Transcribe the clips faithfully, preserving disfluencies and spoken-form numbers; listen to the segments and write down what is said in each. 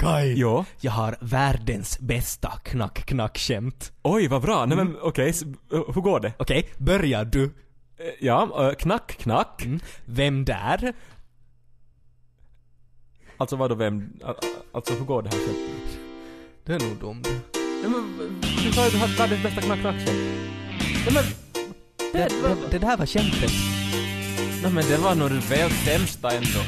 Kai, Jo. jag har världens bästa knack-knack-skämt. Oj, vad bra. Nej men okej, s- hur går det? Okej, börjar du. Eh, Ja, eh, knack, knack. Mm. Vem där? Alltså vadå vem... a- a- Alltså hur går det här sen? Det är nog dumt. Nej men, du sa ju att du hade världens bästa knack, knack sen. Nej men... Det, det, det där var skämtet. Nej men det var nog det väl sämsta ändå.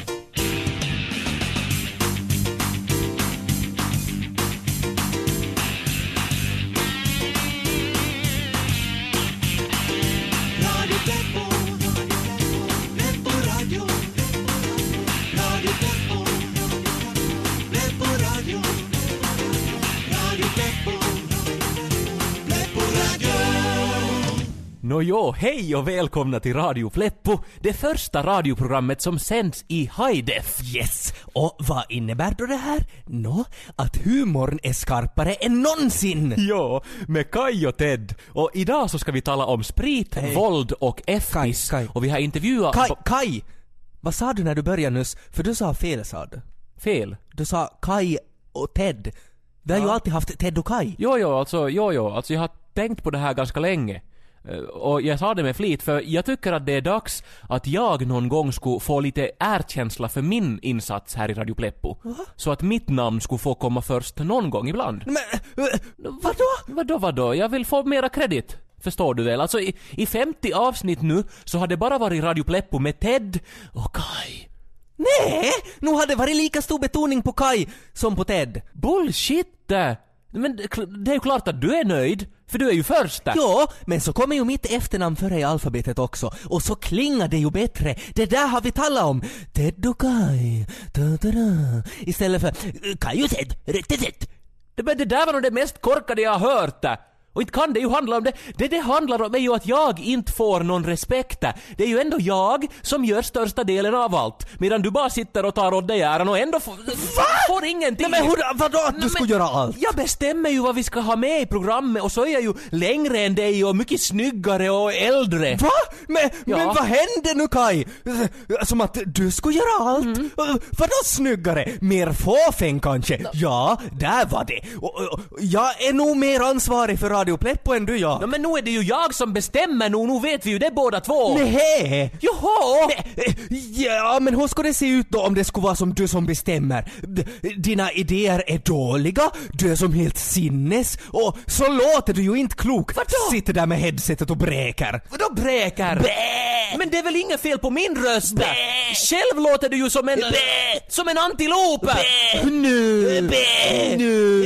Nå jo, hej och välkomna till Radio Pleppo, det första radioprogrammet som sänds i high def. Yes! Och vad innebär då det här? Nå, att humorn är skarpare än någonsin! Jo, med Kai och Ted. Och idag så ska vi tala om sprit, Hej. våld och F-piss. Kai, Kai. Och vi har intervjuat... Kai, Kai! Vad sa du när du började nyss? För du sa fel, sa du. Fel. Du sa Kai och Ted. Vi har ju alltid haft Ted och Kai. Jo, jo, alltså, jo, jo, alltså jag har tänkt på det här ganska länge. Eh, Och jag sa det med flit för jag tycker att det är dags att jag någon gång skulle få lite erkänsla för min insats här i Radio Pleppo. Så att mitt namn skulle få komma först någon gång ibland. Men, äh, vadå? Vadå, vadå? Jag vill få mera kredit. Förstår du väl? Alltså i, i femtio avsnitt nu så har det bara varit Radio Pleppo med Ted och Kai. Nej! Nu hade det varit lika stor betoning på Kai som på Ted. Bullshit det! Men det det är ju klart att du är nöjd, för du är ju första. Ja, men så kommer ju mitt efternamn före i alfabetet också. Och så klingar det ju bättre. Det där har vi talat om. Ted och Kai. Da, da, da. Istället för eh, Kai och Ted. Rätt, rätt, rätt. Det, men det där var nog det mest korkade jag har hört det. Och inte kan det ju handla om det. Det det handlar om är ju att jag inte får någon respekt. Det är ju ändå jag som gör största delen av allt. Medan du bara sitter och tar åt dig äran och ändå får, får ingenting. Nej men hur, vadå att du Nej, ska men göra allt? Jag bestämmer ju vad vi ska ha med i programmet och så är jag ju längre än dig och mycket snyggare och äldre. Va? Men, Ja. men vad hände nu Kai? Som att du skulle göra allt? Mm. Vadå snyggare? Mer fåfäng kanske? Ja, där var det. Och, och, jag är nog mer ansvarig för Radio Pleppo än du, ja. Ja, men nu är det ju jag som bestämmer nu, nu vet vi ju det båda två. Nej. Jaha! Men, eh, ja, men hur ska det se ut då om det skulle vara som du som bestämmer? D- Dina idéer är dåliga, du är som helt sinnes och så låter du ju inte klok. Vadå? Sitter där med headsetet och bräker. Vadå bräker? Bä! Men det är väl inget fel på min röst? Bä! Själv låter du ju som en... Bä! Som en antilop! Bä! Nu! Bä! Nu!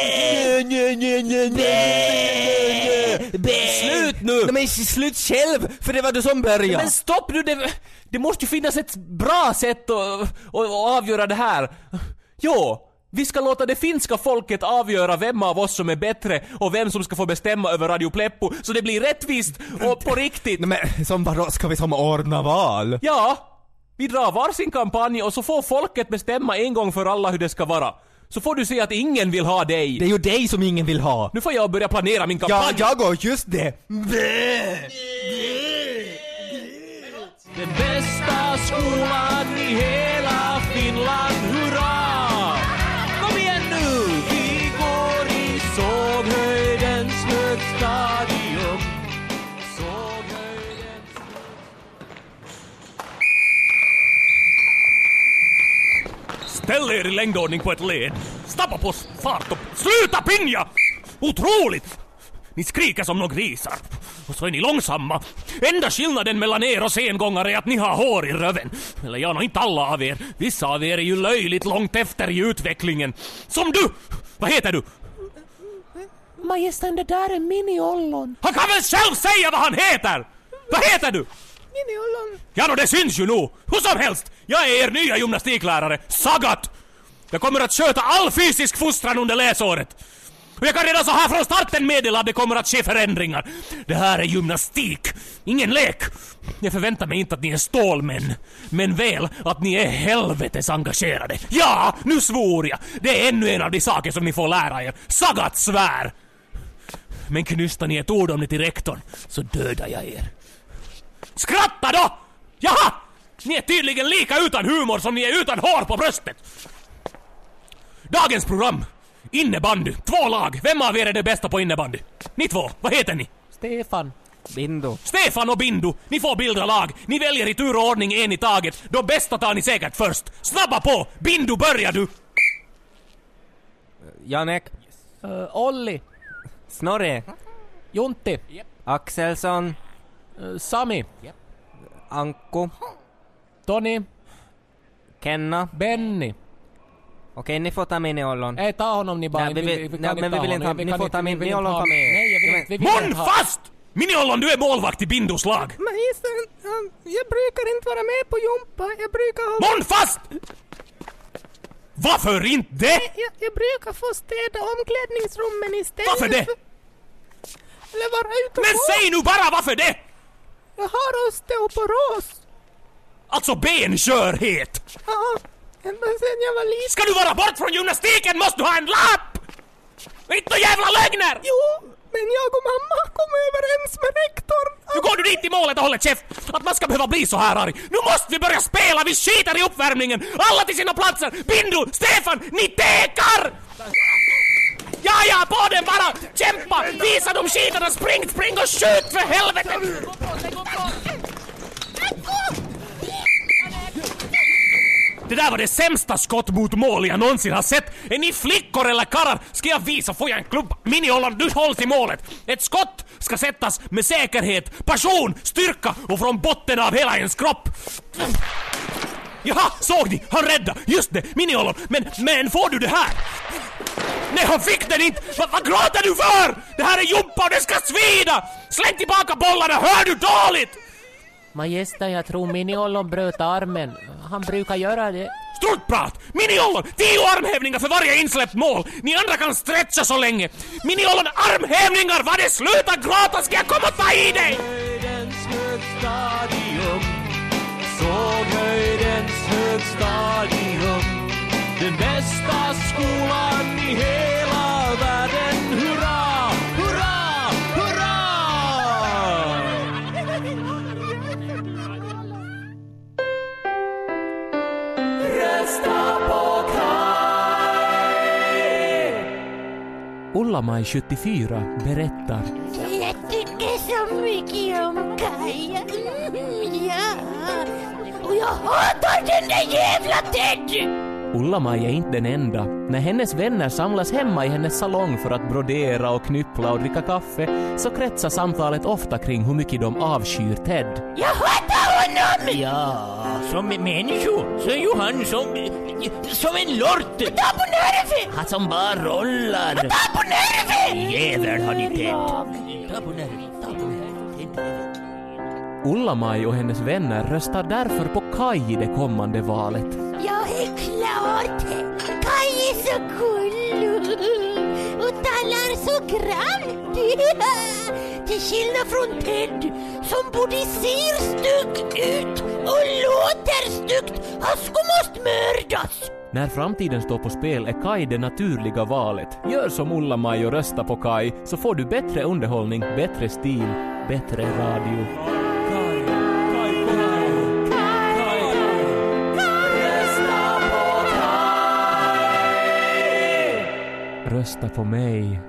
Bä! Nu, nu, nu, nu! Bä! Slut nu! Nej men slut själv, för det var du som började. Men stopp nu, det, det måste ju finnas ett bra sätt att, att, att avgöra det här. Jo, vi ska låta det finska folket avgöra vem av oss som är bättre och vem som ska få bestämma över Radio Pleppo så det blir rättvist och på riktigt. Nej men som vadå, ska vi som ordna val? Ja, vi drar varsin kampanj och så får folket bestämma en gång för alla hur det ska vara. Så får du se att ingen vill ha dig. Det är ju dig som ingen vill ha. Nu får jag börja planera min Ja, kampanj. jag går just det. Den bästa skolan i hela Finland, hurra! Kom igen nu! Vi går i Såghöjdens högstadium. Såghöjdens... Ställ er i längdordning på ett led. Stappa på fart och sluta pinja! Otroligt! Ni skriker som några grisar. Och så är ni långsamma. Enda skillnaden mellan er och sengångare är att ni har hår i röven. Eller ja, inte alla av er. Vissa av er är ju löjligt långt efter i utvecklingen. Som du! Vad heter du? Majestän, det där är Mini-Ollon. Han kan väl själv säga vad han heter! Vad heter du? Mini-Ollon. Ja, no, det syns ju nu. Hur som helst, jag är er nya gymnastiklärare, Sagat. Jag kommer att sköta all fysisk fostran under läsåret. Och jag kan redan så här från starten meddela att det kommer att ske förändringar. Det här är gymnastik, ingen lek. Jag förväntar mig inte att ni är stålmän, men väl att ni är helvetes engagerade. Ja, nu svor jag. Det är ännu en av de saker som ni får lära er. Sagat svär. Men knystar ni ett ord om det till rektorn så dödar jag er. Skratta då! Jaha! Ni är tydligen lika utan humor som ni är utan hår på bröstet. Dagens program. Innebandy. Två lag. Vem av er är det bästa på innebandy? Ni två. Vad heter ni? Stefan. Bindu. Stefan och Bindu. Ni får bilda lag. Ni väljer i tur och ordning en i taget. De bästa tar ni säkert först. Snabba på. Bindu, börjar du. Janek. Uh, Olli. Snorre. Juntti. Axelsson. Uh, Sami. Anko. Toni. Kenna. Benny. Okej, ni får ta med Niollon. Ei, ta honom ni bara. Nej, vi vill- kan nej, inte men vi vill honom. inte ha- ni kan får ta med- vi vill Niollon inte ha- ta med. Nej, jag vill Ja, inte. Vi vill Mun inte ha- fast! Miniollon, du är målvakt i Bindus lag. Magistern, jag brukar inte vara med på jumpa. Jag brukar ha... Mun fast! Varför inte det? Jag, jag brukar få städa omklädningsrummen istället. Varför det? för- Eller vara ute och Men gå. säg nu bara varför det! Jag har osteoporos. Alltså benskörhet. Ja, ända sen jag var liten. Ska du vara bort från gymnastiken måste du ha en lapp! Inte några jävla lögner! Jo, men jag och mamma kom överens med rektorn. Nu går du dit i målet och håller käft! Att man ska behöva bli så här arg! Nu måste vi börja spela! Vi skiter i uppvärmningen! Alla till sina platser! Bindu! Stefan! Ni tekar! Ja, ja, på den bara! Kämpa! Visa dem skitarna! Spring, spring och skjut för helvete! Det där var det sämsta skott mot mål jag någonsin har sett. Är ni flickor eller karrar? Ska jag visa? Får jag en klubb? Miniollon, du håll till målet. Ett skott ska sättas med säkerhet, passion, styrka och från botten av hela ens kropp. Jaha, såg ni? Han rädda. Just det, Miniollon. Men, men får du det här? Nej, han fick den inte. Va, vad gråter du för? Det här är jumpa och det ska svida. Släng tillbaka bollarna, hör du dåligt? Majestär, jag tror Miniollon bröt armen. Han brukar göra det. Struntprat! Miniollon! Tio armhävningar för varje insläppt mål! Ni andra kan stretcha så länge! Miniollon, armhävningar! Vad det? Sluta gråta! Ska jag komma och ta i dig? Höjdens högstadium, såg höjdens högstadium, den bästa skolan i hela världen. Hurra, hurra, hurra! Rösta på Ulla-Maj sjuttiofyra berättar. Jag tycker så mycket om Kaja. Mm, ja. Och jag hatar den där jävla Ted! Ulla-Maj är inte den enda. När hennes vänner samlas hemma i hennes salong för att brodera och knyppla och dricka kaffe så kretsar samtalet ofta kring hur mycket de avskyr Ted. Jag hatar honom! Ja, som människor så är ju han som, som en lort. Ta på nerven! Han som bara rollar. Ta på nerven! Jävel har ni Ted. Ta på nerven, ta på nerven. Ulla-Maj och hennes vänner röstar därför på Kaj i det kommande valet. Jag är klart. Kaj är så cool och talar så grant. Till skillnad från Ted som både ser stygg ut och låter styggt. Han skulle måste mördas. När framtiden står på spel är Kaj det naturliga valet. Gör som Ulla-Maj och rösta på Kaj så får du bättre underhållning, bättre stil, bättre radio. Rösta på mig.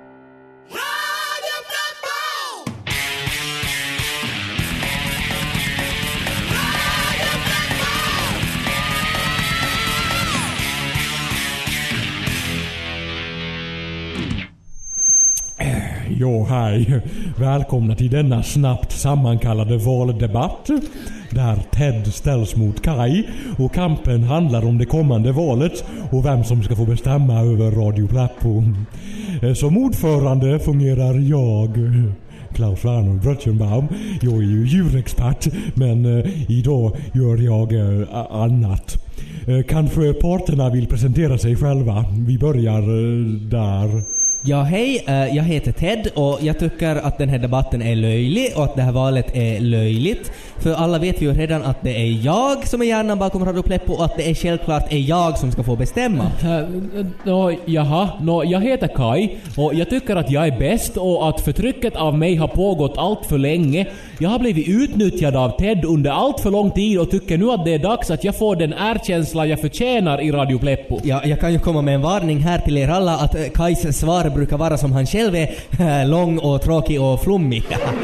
Jo, hej. Välkomna till denna snabbt sammankallade valdebatt där Ted ställs mot Kaj och kampen handlar om det kommande valet och vem som ska få bestämma över Radio Pleppo. Som ordförande fungerar jag, Klaus Werner Brötchenbaum. Jag är ju djurexpert, men eh, idag gör jag eh, annat. Eh, kanske parterna vill presentera sig själva. Vi börjar eh, där. Ja, hej, jag heter Ted och jag tycker att den här debatten är löjlig och att det här valet är löjligt. För alla vet ju redan att det är jag som är hjärnan bakom Radio Pleppo och att det är självklart är jag som ska få bestämma. Uh, no, jaha, no, jag heter Kai och jag tycker att jag är bäst och att förtrycket av mig har pågått allt för länge. Jag har blivit utnyttjad av Ted under allt för lång tid och tycker nu att det är dags att jag får den erkänsla jag förtjänar i Radio Pleppo. Ja, jag kan ju komma med en varning här till er alla att Kais svar brukar vara som han själv är, lång och tråkig och flummig.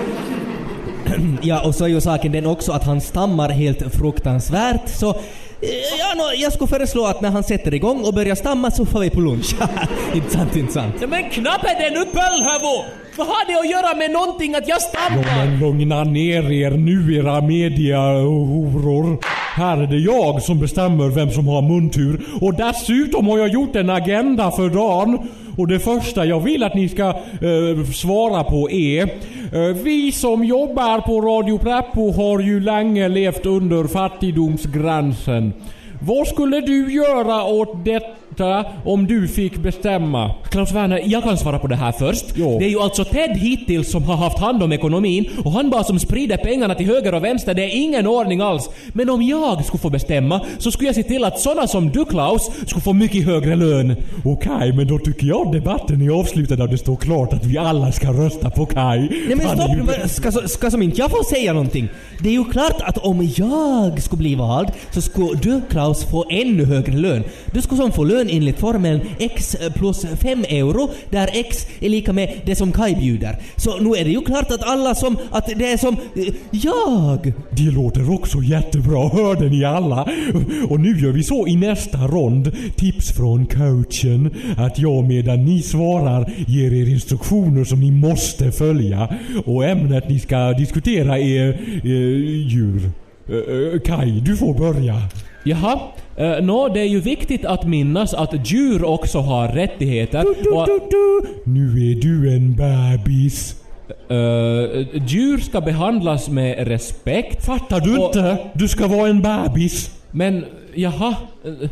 Ja, och så är ju saken den också att han stammar helt fruktansvärt. Så ja, no, jag skulle föreslå att när han sätter igång och börjar stamma så får vi på lunch. Inte sant, inte sant. Ja, men knappt är det nu pöllhövo! Vad har det att göra med någonting att jag stammar? Ja, men lugna ner er nu, era mediahoror. Här är det jag som bestämmer vem som har muntur. Och dessutom har jag gjort en agenda för dagen. Och det första jag vill att ni ska eh, svara på är eh, vi som jobbar på Radio Pleppo har ju länge levt under fattigdomsgränsen. Vad skulle du göra åt detta om du fick bestämma? Klaus Werner, jag kan svara på det här först. Jo. Det är ju alltså Ted hittills som har haft hand om ekonomin och han bara som sprider pengarna till höger och vänster. Det är ingen ordning alls. Men om jag skulle få bestämma så skulle jag se till att sådana som du, Klaus, skulle få mycket högre lön. Okej, okay, men då tycker jag debatten är avslutad och det står klart att vi alla ska rösta på Kai. Nej men stopp, ju... ska, ska som inte jag få säga någonting. Det är ju klart att om jag skulle bli vald så skulle du, Klaus, få ännu högre lön. Du skulle som få lön enligt formeln x plus fem euro där x är lika med det som Kai bjuder. Så nu är det ju klart att alla som, att det är som eh, jag. Det låter också jättebra, hörde ni alla? Och nu gör vi så i nästa rond. Tips från coachen att jag medan ni svarar ger er instruktioner som ni måste följa. Och ämnet ni ska diskutera är eh, djur. Eh, Kai, du får börja. Jaha, uh, no, det är ju viktigt att minnas att djur också har rättigheter. Du, du, och, du, du. Nu är du en bebis. Uh, djur ska behandlas med respekt. Fattar du och, inte? Du ska vara en bebis. Men, jaha... Uh,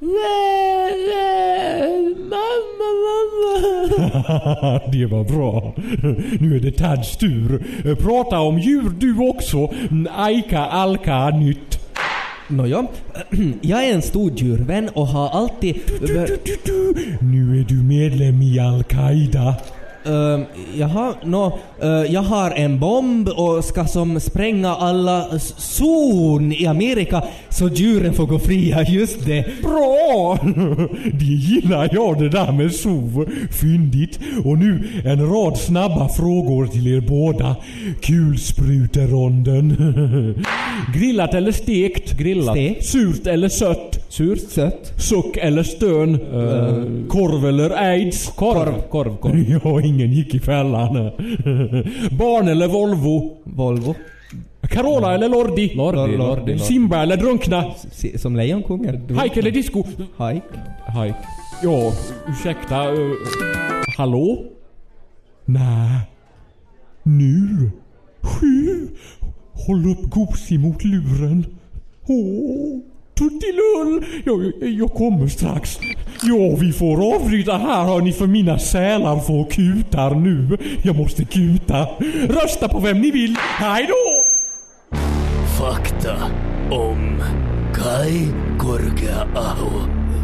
mamma, mamma. Det var bra. Nu är det Tads tur. Prata om djur du också. Aika alka nytt. Nåja, jag är en stor djurvän och har alltid... Du, du, du, du, du. Nu är du medlem i Al-Qaida. Uh, jaha, no, uh, jag har en bomb och ska som spränga alla zon i Amerika så djuren får gå fria, just det. Bra! Det gillar jag, det där med zoo. Fyndigt. Och nu en rad snabba frågor till er båda. Kulspruteronden. Grillat eller stekt? Grillat. Stek. Surt eller sött? Surt. Sött. Suck eller stön? Uh, korv eller aids? Korv. Korv, korv. Ja, ingen gick i fällan. Barn eller Volvo? Volvo. Carola mm. eller Lordi? Lordi, Lordi, Lordi. Simba eller drunkna? S- som lejonkungen. Hike eller disco? Hike. Hike. Ja, ursäkta. Uh, hallå? Nej. Nu. Sju. Håll upp Gosi mot luren. Åh. Tuttilull! Jag, jag kommer strax. Ja, vi får avbryta här har ni för mina sälar får kutar nu. Jag måste kuta. Rösta på vem ni vill. Hej då! Fakta om Kai Korkea-Aho.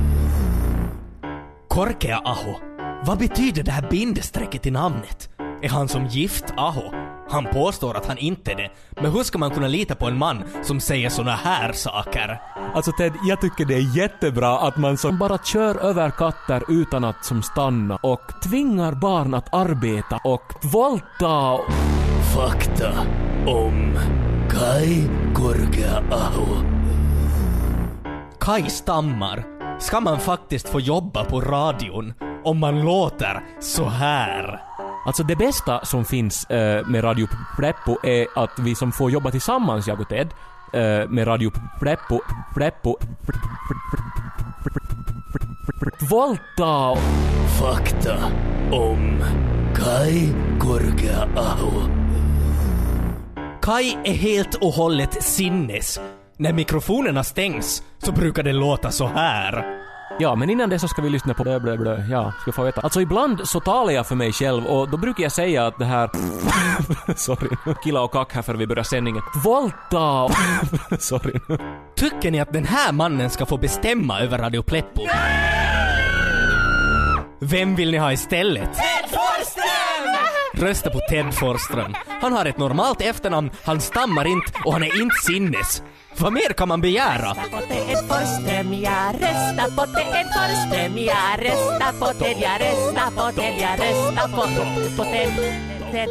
Korkea-Aho? Vad betyder det här bindestrecket i namnet? Är han som gift Aho? Han påstår att han inte är det. Men hur ska man kunna lita på en man som säger såna här saker? Alltså Ted, jag tycker det är jättebra att man som bara kör över katter utan att som stanna och tvingar barn att arbeta och våldta. Fakta om Kai Korkea-Aho. Kai stammar. Ska man faktiskt få jobba på radion om man låter så här? Alltså det bästa som finns äh, med Radio Pleppo är att vi som får jobba tillsammans, jag och Ted, äh, med Radio Pleppo, Pleppo, Volta. Fakta om Kai Korkea-Aho. Kai är helt och hållet sinnes. När mikrofonerna stängs så brukar det låta så här. Ja, men innan det så ska vi lyssna på blö, blö, blö. Ja, ska få veta. Alltså ibland så talar jag för mig själv och då brukar jag säga att det här... Sorry. Killa och kack här för vi börjar sändningen. Volta! Sorry. Tycker ni att den här mannen ska få bestämma över Radio Pleppo? Vem vill ni ha istället? Ted Forsström! Rösta på Ted Forsström. Han har ett normalt efternamn, han stammar inte och han är inte sinnes. Vad mer kan man begära? På Ted Forsström, jag röstar på Ted Forsström, jag röstar på Ted, jag röstar på Ted, jag röstar på på Ted, Ted.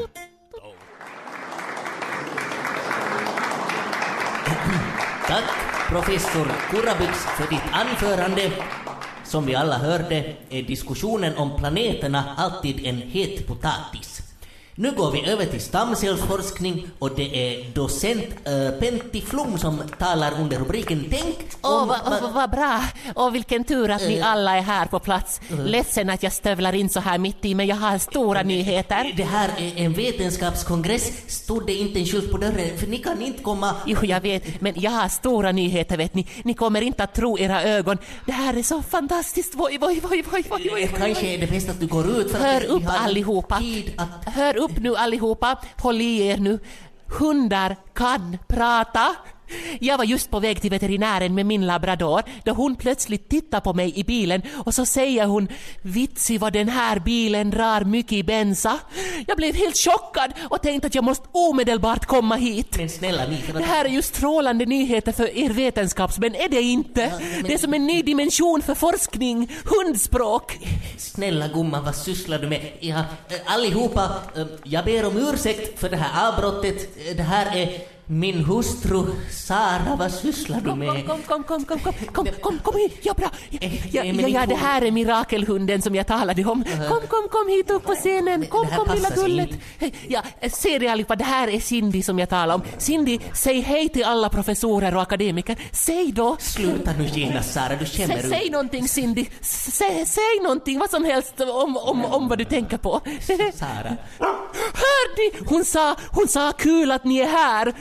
Tack, professor Kurabyx, för ditt anförande. Som vi alla hörde är diskussionen om planeterna alltid en het potatis. Nu går vi över till stamcellsforskning och det är docent äh, Pentti Flum som talar under rubriken Tänk Åh, om... vad va, va bra. Och vilken tur att ni Uh. alla är här på plats. Ledsen att jag stövlar in så här mitt i, men jag har stora nyheter. Det här är en vetenskapskongress. Stod det inte en skylt på dörren? För ni kan inte komma... Jo, jag vet, men jag har stora nyheter, vet ni. Ni kommer inte att tro era ögon. Det här är så fantastiskt. Voj, voj, voj, voj, voj, voj. Kanske är det bäst att du går ut för Hör att vi upp har allihopa. tid att... Hör upp nu allihopa. Håll i er nu. Hundar kan prata. Jag var just på väg till veterinären med min labrador då hon plötsligt tittar på mig i bilen och så säger hon: vitsi vad den här bilen drar mycket i bensa. Jag blev helt chockad och tänkte att jag måste omedelbart komma hit. Men snälla ni... Det här är ju strålande nyheter för er vetenskapsmän, är det inte? Ja, men- Det är som en ny dimension för forskning, hundspråk. Snälla gumman, vad sysslar du med? Ja, eh, allihopa, eh, jag ber om ursäkt för det här avbrottet. Eh, Det här är min hustru Sara, vad sysslar du Kom, med? kom, kom, kom, kom, kom, kom, kom, kom hit, ja bra. Ja, Eh, ja, men ja, ni ja, får- det här är mirakelhunden som jag talade om. Kom, kom, kom hit upp på scenen. Kom, Det här kom lilla passar sig gullet. Ja, ser ni allihopa, det här är Cindy som jag talar om. Cindy, säg hej till alla professorer och akademiker. Säg då. Sluta nu genast Sara, du känner Säg, säg någonting Cindy. Säg, säg någonting, vad som helst om, om, om vad du tänker på. Sara. Hör ni? Hon sa, hon sa kul att ni är här.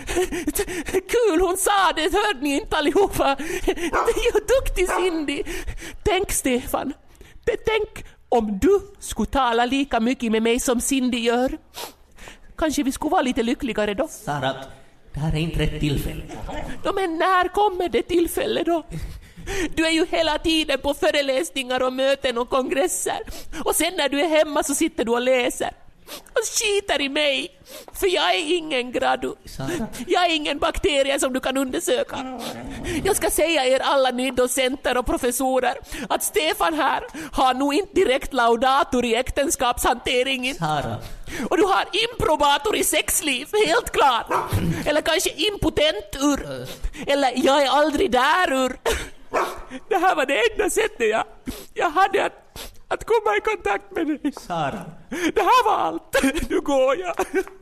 Kul, hon sa det, hörde ni inte allihopa? Det är ju duktig Cindy. Tänk Stefan, tänk om du skulle tala lika mycket med mig som Cindy gör. Kanske vi skulle vara lite lyckligare då. Sara, det här är inte rätt tillfälle. Då men när kommer det tillfälle då? Du är ju hela tiden på föreläsningar och möten och kongresser. Och sen när du är hemma så sitter du och läser. Och skiter i mig. För jag är ingen gradu. Sara. Jag är ingen bakterie som du kan undersöka. Jag ska säga er alla ni docenter och professorer att Stefan här har nog inte direkt laudator i äktenskapshanteringen. Sara. Och du har improbator i sexliv, helt klart. Eller kanske impotent ur. Eller jag är aldrig där ur. Det här var det enda sättet jag, jag hade att, att komma i kontakt med dig. Sara. Det här var allt. Nu går jag.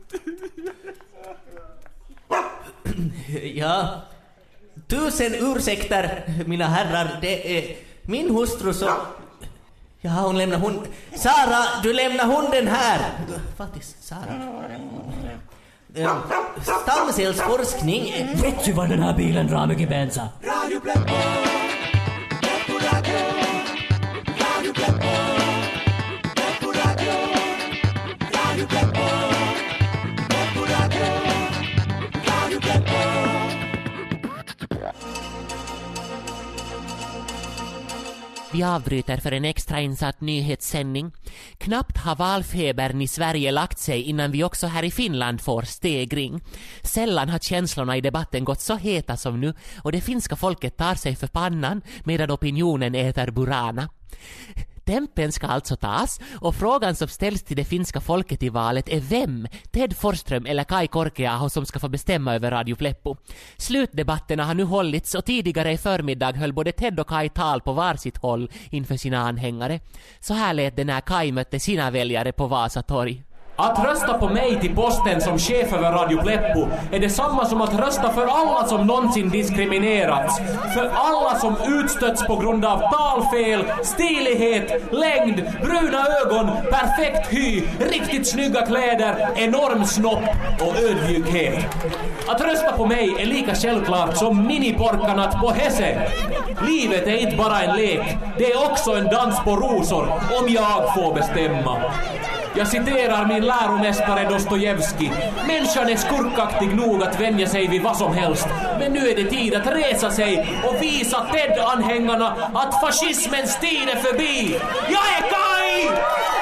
Ja, tusen ursäkter mina herrar, det är min hustru så... Ja, hon lämnar hund... Sara, du lämnar hunden här! Faktiskt, Sara. Eh, Stamcellsforskning... Vet du vad den här bilen drar mycket bensa? Vi avbryter för en extrainsatt nyhetssändning. Knappt har valfebern i Sverige lagt sig innan vi också här i Finland får stegring. Sällan har känslorna i debatten gått så heta som nu och det finska folket tar sig för pannan medan opinionen äter burana. Tempen ska alltså tas och frågan som ställs till det finska folket i valet är vem, Ted Forsström eller Kai Korkeaho, som ska få bestämma över Radio Pleppo. Slutdebatterna har nu hållits och tidigare i förmiddag höll både Ted och Kai tal på varsitt håll inför sina anhängare. Så här lät det när Kai mötte sina väljare på Vasatorg. Att rösta på mig till posten som chef över Radio Pleppo är detsamma som att rösta för alla som någonsin diskriminerats. För alla som utstötts på grund av talfel, stilighet, längd, bruna ögon, perfekt hy, riktigt snygga kläder, enorm snopp och ödmjukhet. Att rösta på mig är lika självklart som miniporkanat på Hesse. Livet är inte bara en lek, det är också en dans på rosor om jag får bestämma. Jag citerar min läromästare Dostojevski. Människan är skurkaktig nog att vänja sig vid vad som helst. Men nu är det tid att resa sig och visa Ted-anhängarna att fascismens tid är förbi. Jag är Kai!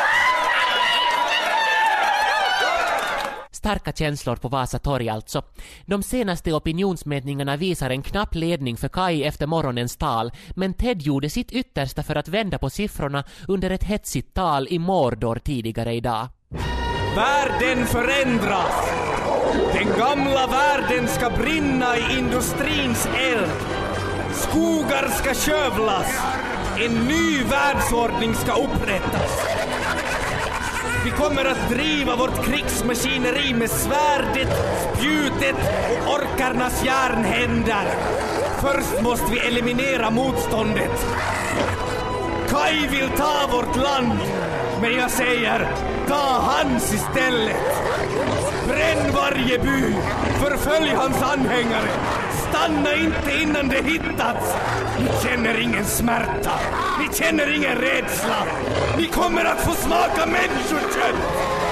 Starka känslor på Vasa torg alltså. De senaste opinionsmätningarna visar en knapp ledning för Kai efter morgonens tal, men Ted gjorde sitt yttersta för att vända på siffrorna under ett hetsigt tal i Mordor tidigare idag. Världen förändras. Den gamla världen ska brinna i industrins eld. Skogar ska skövlas. En ny världsordning ska upprättas. Vi kommer att driva vårt krigsmaskineri med svärdet, spjutet och orkarnas järnhänder. Först måste vi eliminera motståndet. Kai vill ta vårt land, men jag säger, ta hans istället. Bränn varje by, förfölj hans anhängare. Stanna inte innan det hittats. Ni känner ingen smärta. Ni känner ingen rädsla. Ni kommer att få smaka människokött.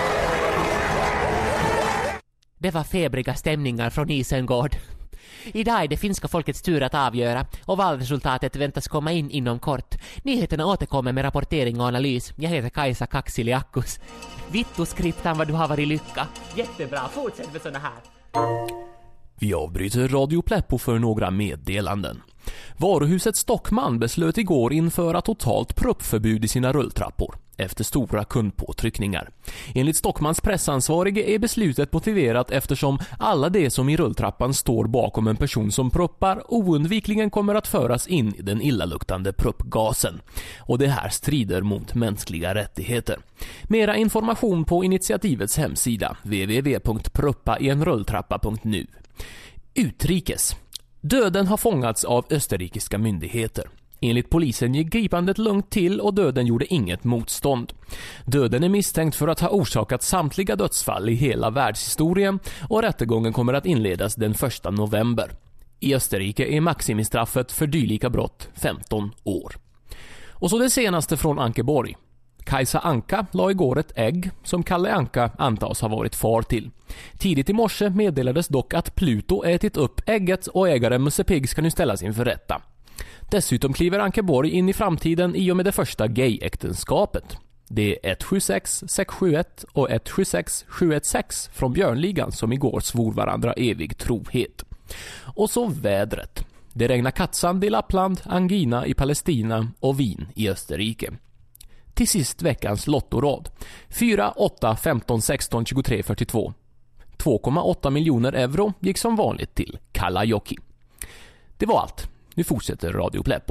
Det var febriga stämningar från Isengård. Idag är det finska folkets tur att avgöra och valresultatet väntas komma in inom kort. Nyheterna återkommer med rapportering och analys. Jag heter Kajsa Kaksiliakkus. Vittu skriptan vad du har varit lycka. Jättebra, fortsätt med såna här. Vi avbryter Radio Pleppo för några meddelanden. Varuhuset Stockman beslöt igår införa totalt pruppförbud i sina rulltrappor efter stora kundpåtryckningar. Enligt Stockmans pressansvarige är beslutet motiverat eftersom alla de som i rulltrappan står bakom en person som pruppar oundvikligen kommer att föras in i den illaluktande pruppgasen. Och det här strider mot mänskliga rättigheter. Mera information på initiativets hemsida w w w punkt pruppa i en rulltrappa punkt nu. Utrikes. Döden har fångats av österrikiska myndigheter. Enligt polisen gick gripandet lugnt till och döden gjorde inget motstånd. Döden är misstänkt för att ha orsakat samtliga dödsfall i hela världshistorien och rättegången kommer att inledas den första november. I Österrike är maximistraffet för dylika brott femton år. Och så det senaste från Ankeborg. Kajsa Anka la igår ett ägg som Kalle Anka antas ha varit far till. Tidigt i morse meddelades dock att Pluto ätit upp ägget och ägaren Musse Pigg ska nu ställas inför rätta. Dessutom kliver Ankeborg in i framtiden i och med det första gay-äktenskapet. Det är ett sju sex sex sju ett och ett sju sex sju ett sex från Björnligan som igår svor varandra evig trohet. Och så vädret. Det regnar kattsand i Lappland, angina i Palestina och vin i Österrike. Till sist veckans lottorad. fyra, åtta, femton, sexton, tjugotre, fyrtiotvå. två komma åtta miljoner euro gick som vanligt till Kalajoki. Det var allt. Nu fortsätter Radio Pleppo.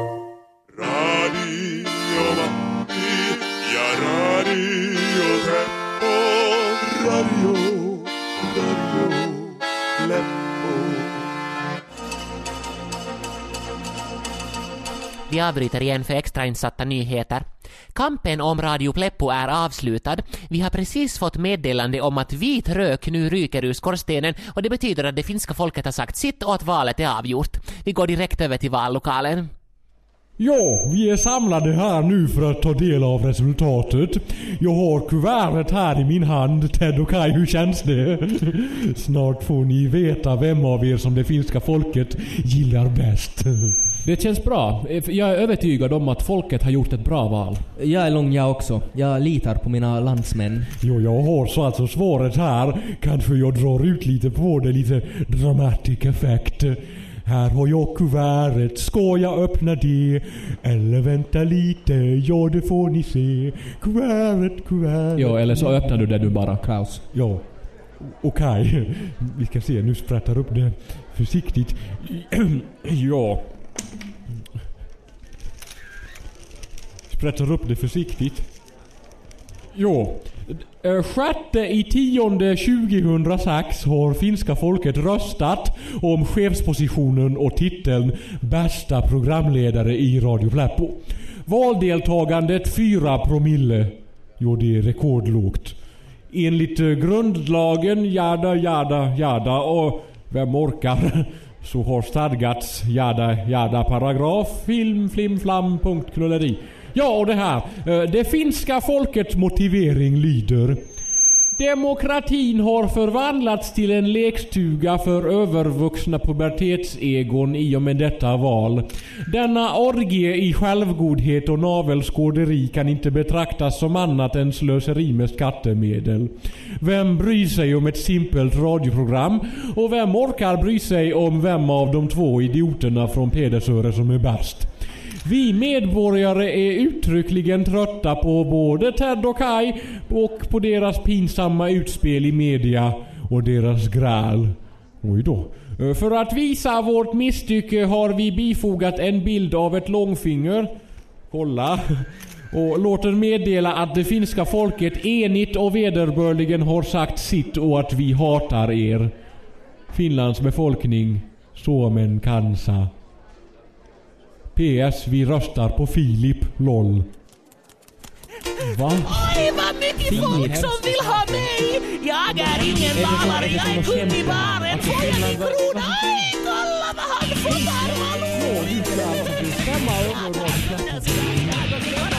Radio Matti, ja Radio Pleppo, Radio, Radio Pleppo. Vi avbryter igen för extrainsatta nyheter. Kampen om Radio Pleppo är avslutad. Vi har precis fått meddelande om att vit rök nu ryker ur skorstenen och det betyder att det finska folket har sagt sitt och att valet är avgjort. Vi går direkt över till vallokalen. Ja, vi är samlade här nu för att ta del av resultatet. Jag har kuvertet här i min hand. Ted och Kai, hur känns det? Snart får ni veta vem av er som det finska folket gillar bäst. Det känns bra. Jag är övertygad om att folket har gjort ett bra val. Jag är lång jag också. Jag litar på mina landsmän. Jo, jag har så alltså svaret här. Kanske jag drar ut lite på det, lite dramatic effekt. Här har jag kuvertet, ska jag öppna det? Eller vänta lite, ja det får ni se. Kuvertet, kuvertet. Ja, eller så öppnar du det du bara, Klaus. Ja, okej. Okay. Vi ska se, nu sprättar upp det försiktigt. Ja. Sprättar upp det försiktigt. Ja, Sjätte i tionde tjugohundrasex har finska folket röstat om chefspositionen och titeln bästa programledare i Radio Pleppo. Valdeltagandet fyra promille. Jo, det är rekordlågt. Enligt grundlagen jada jada jada och vem orkar så har stadgats jada jada paragraf film flim flam punkt knulleri. Ja, och det här. Det finska folkets motivering lyder: demokratin har förvandlats till en lekstuga för övervuxna pubertetsegon i och med detta val. Denna orgie i självgodhet och navelskåderi kan inte betraktas som annat än slöseri med skattemedel. Vem bryr sig om ett simpelt radioprogram? Och vem orkar bry sig om vem av de två idioterna från Pedersöre som är bäst? Vi medborgare är uttryckligen trötta på både Ted och Kai och på deras pinsamma utspel i media och deras gräl. Oj då. För att visa vårt misstycke har vi bifogat en bild av ett långfinger. Kolla. Och låter meddela att det finska folket enigt och vederbörligen har sagt sitt och att vi hatar er. Finlands befolkning, Suomen kansa. P S. Vi röstar på Filip, lol. Va? Oj, vad mycket Filip. folk som vill ha mig! Jag är ingen malare, jag är kung i baren. Får jag min krona? Oj, kolla vad han får där, hallå!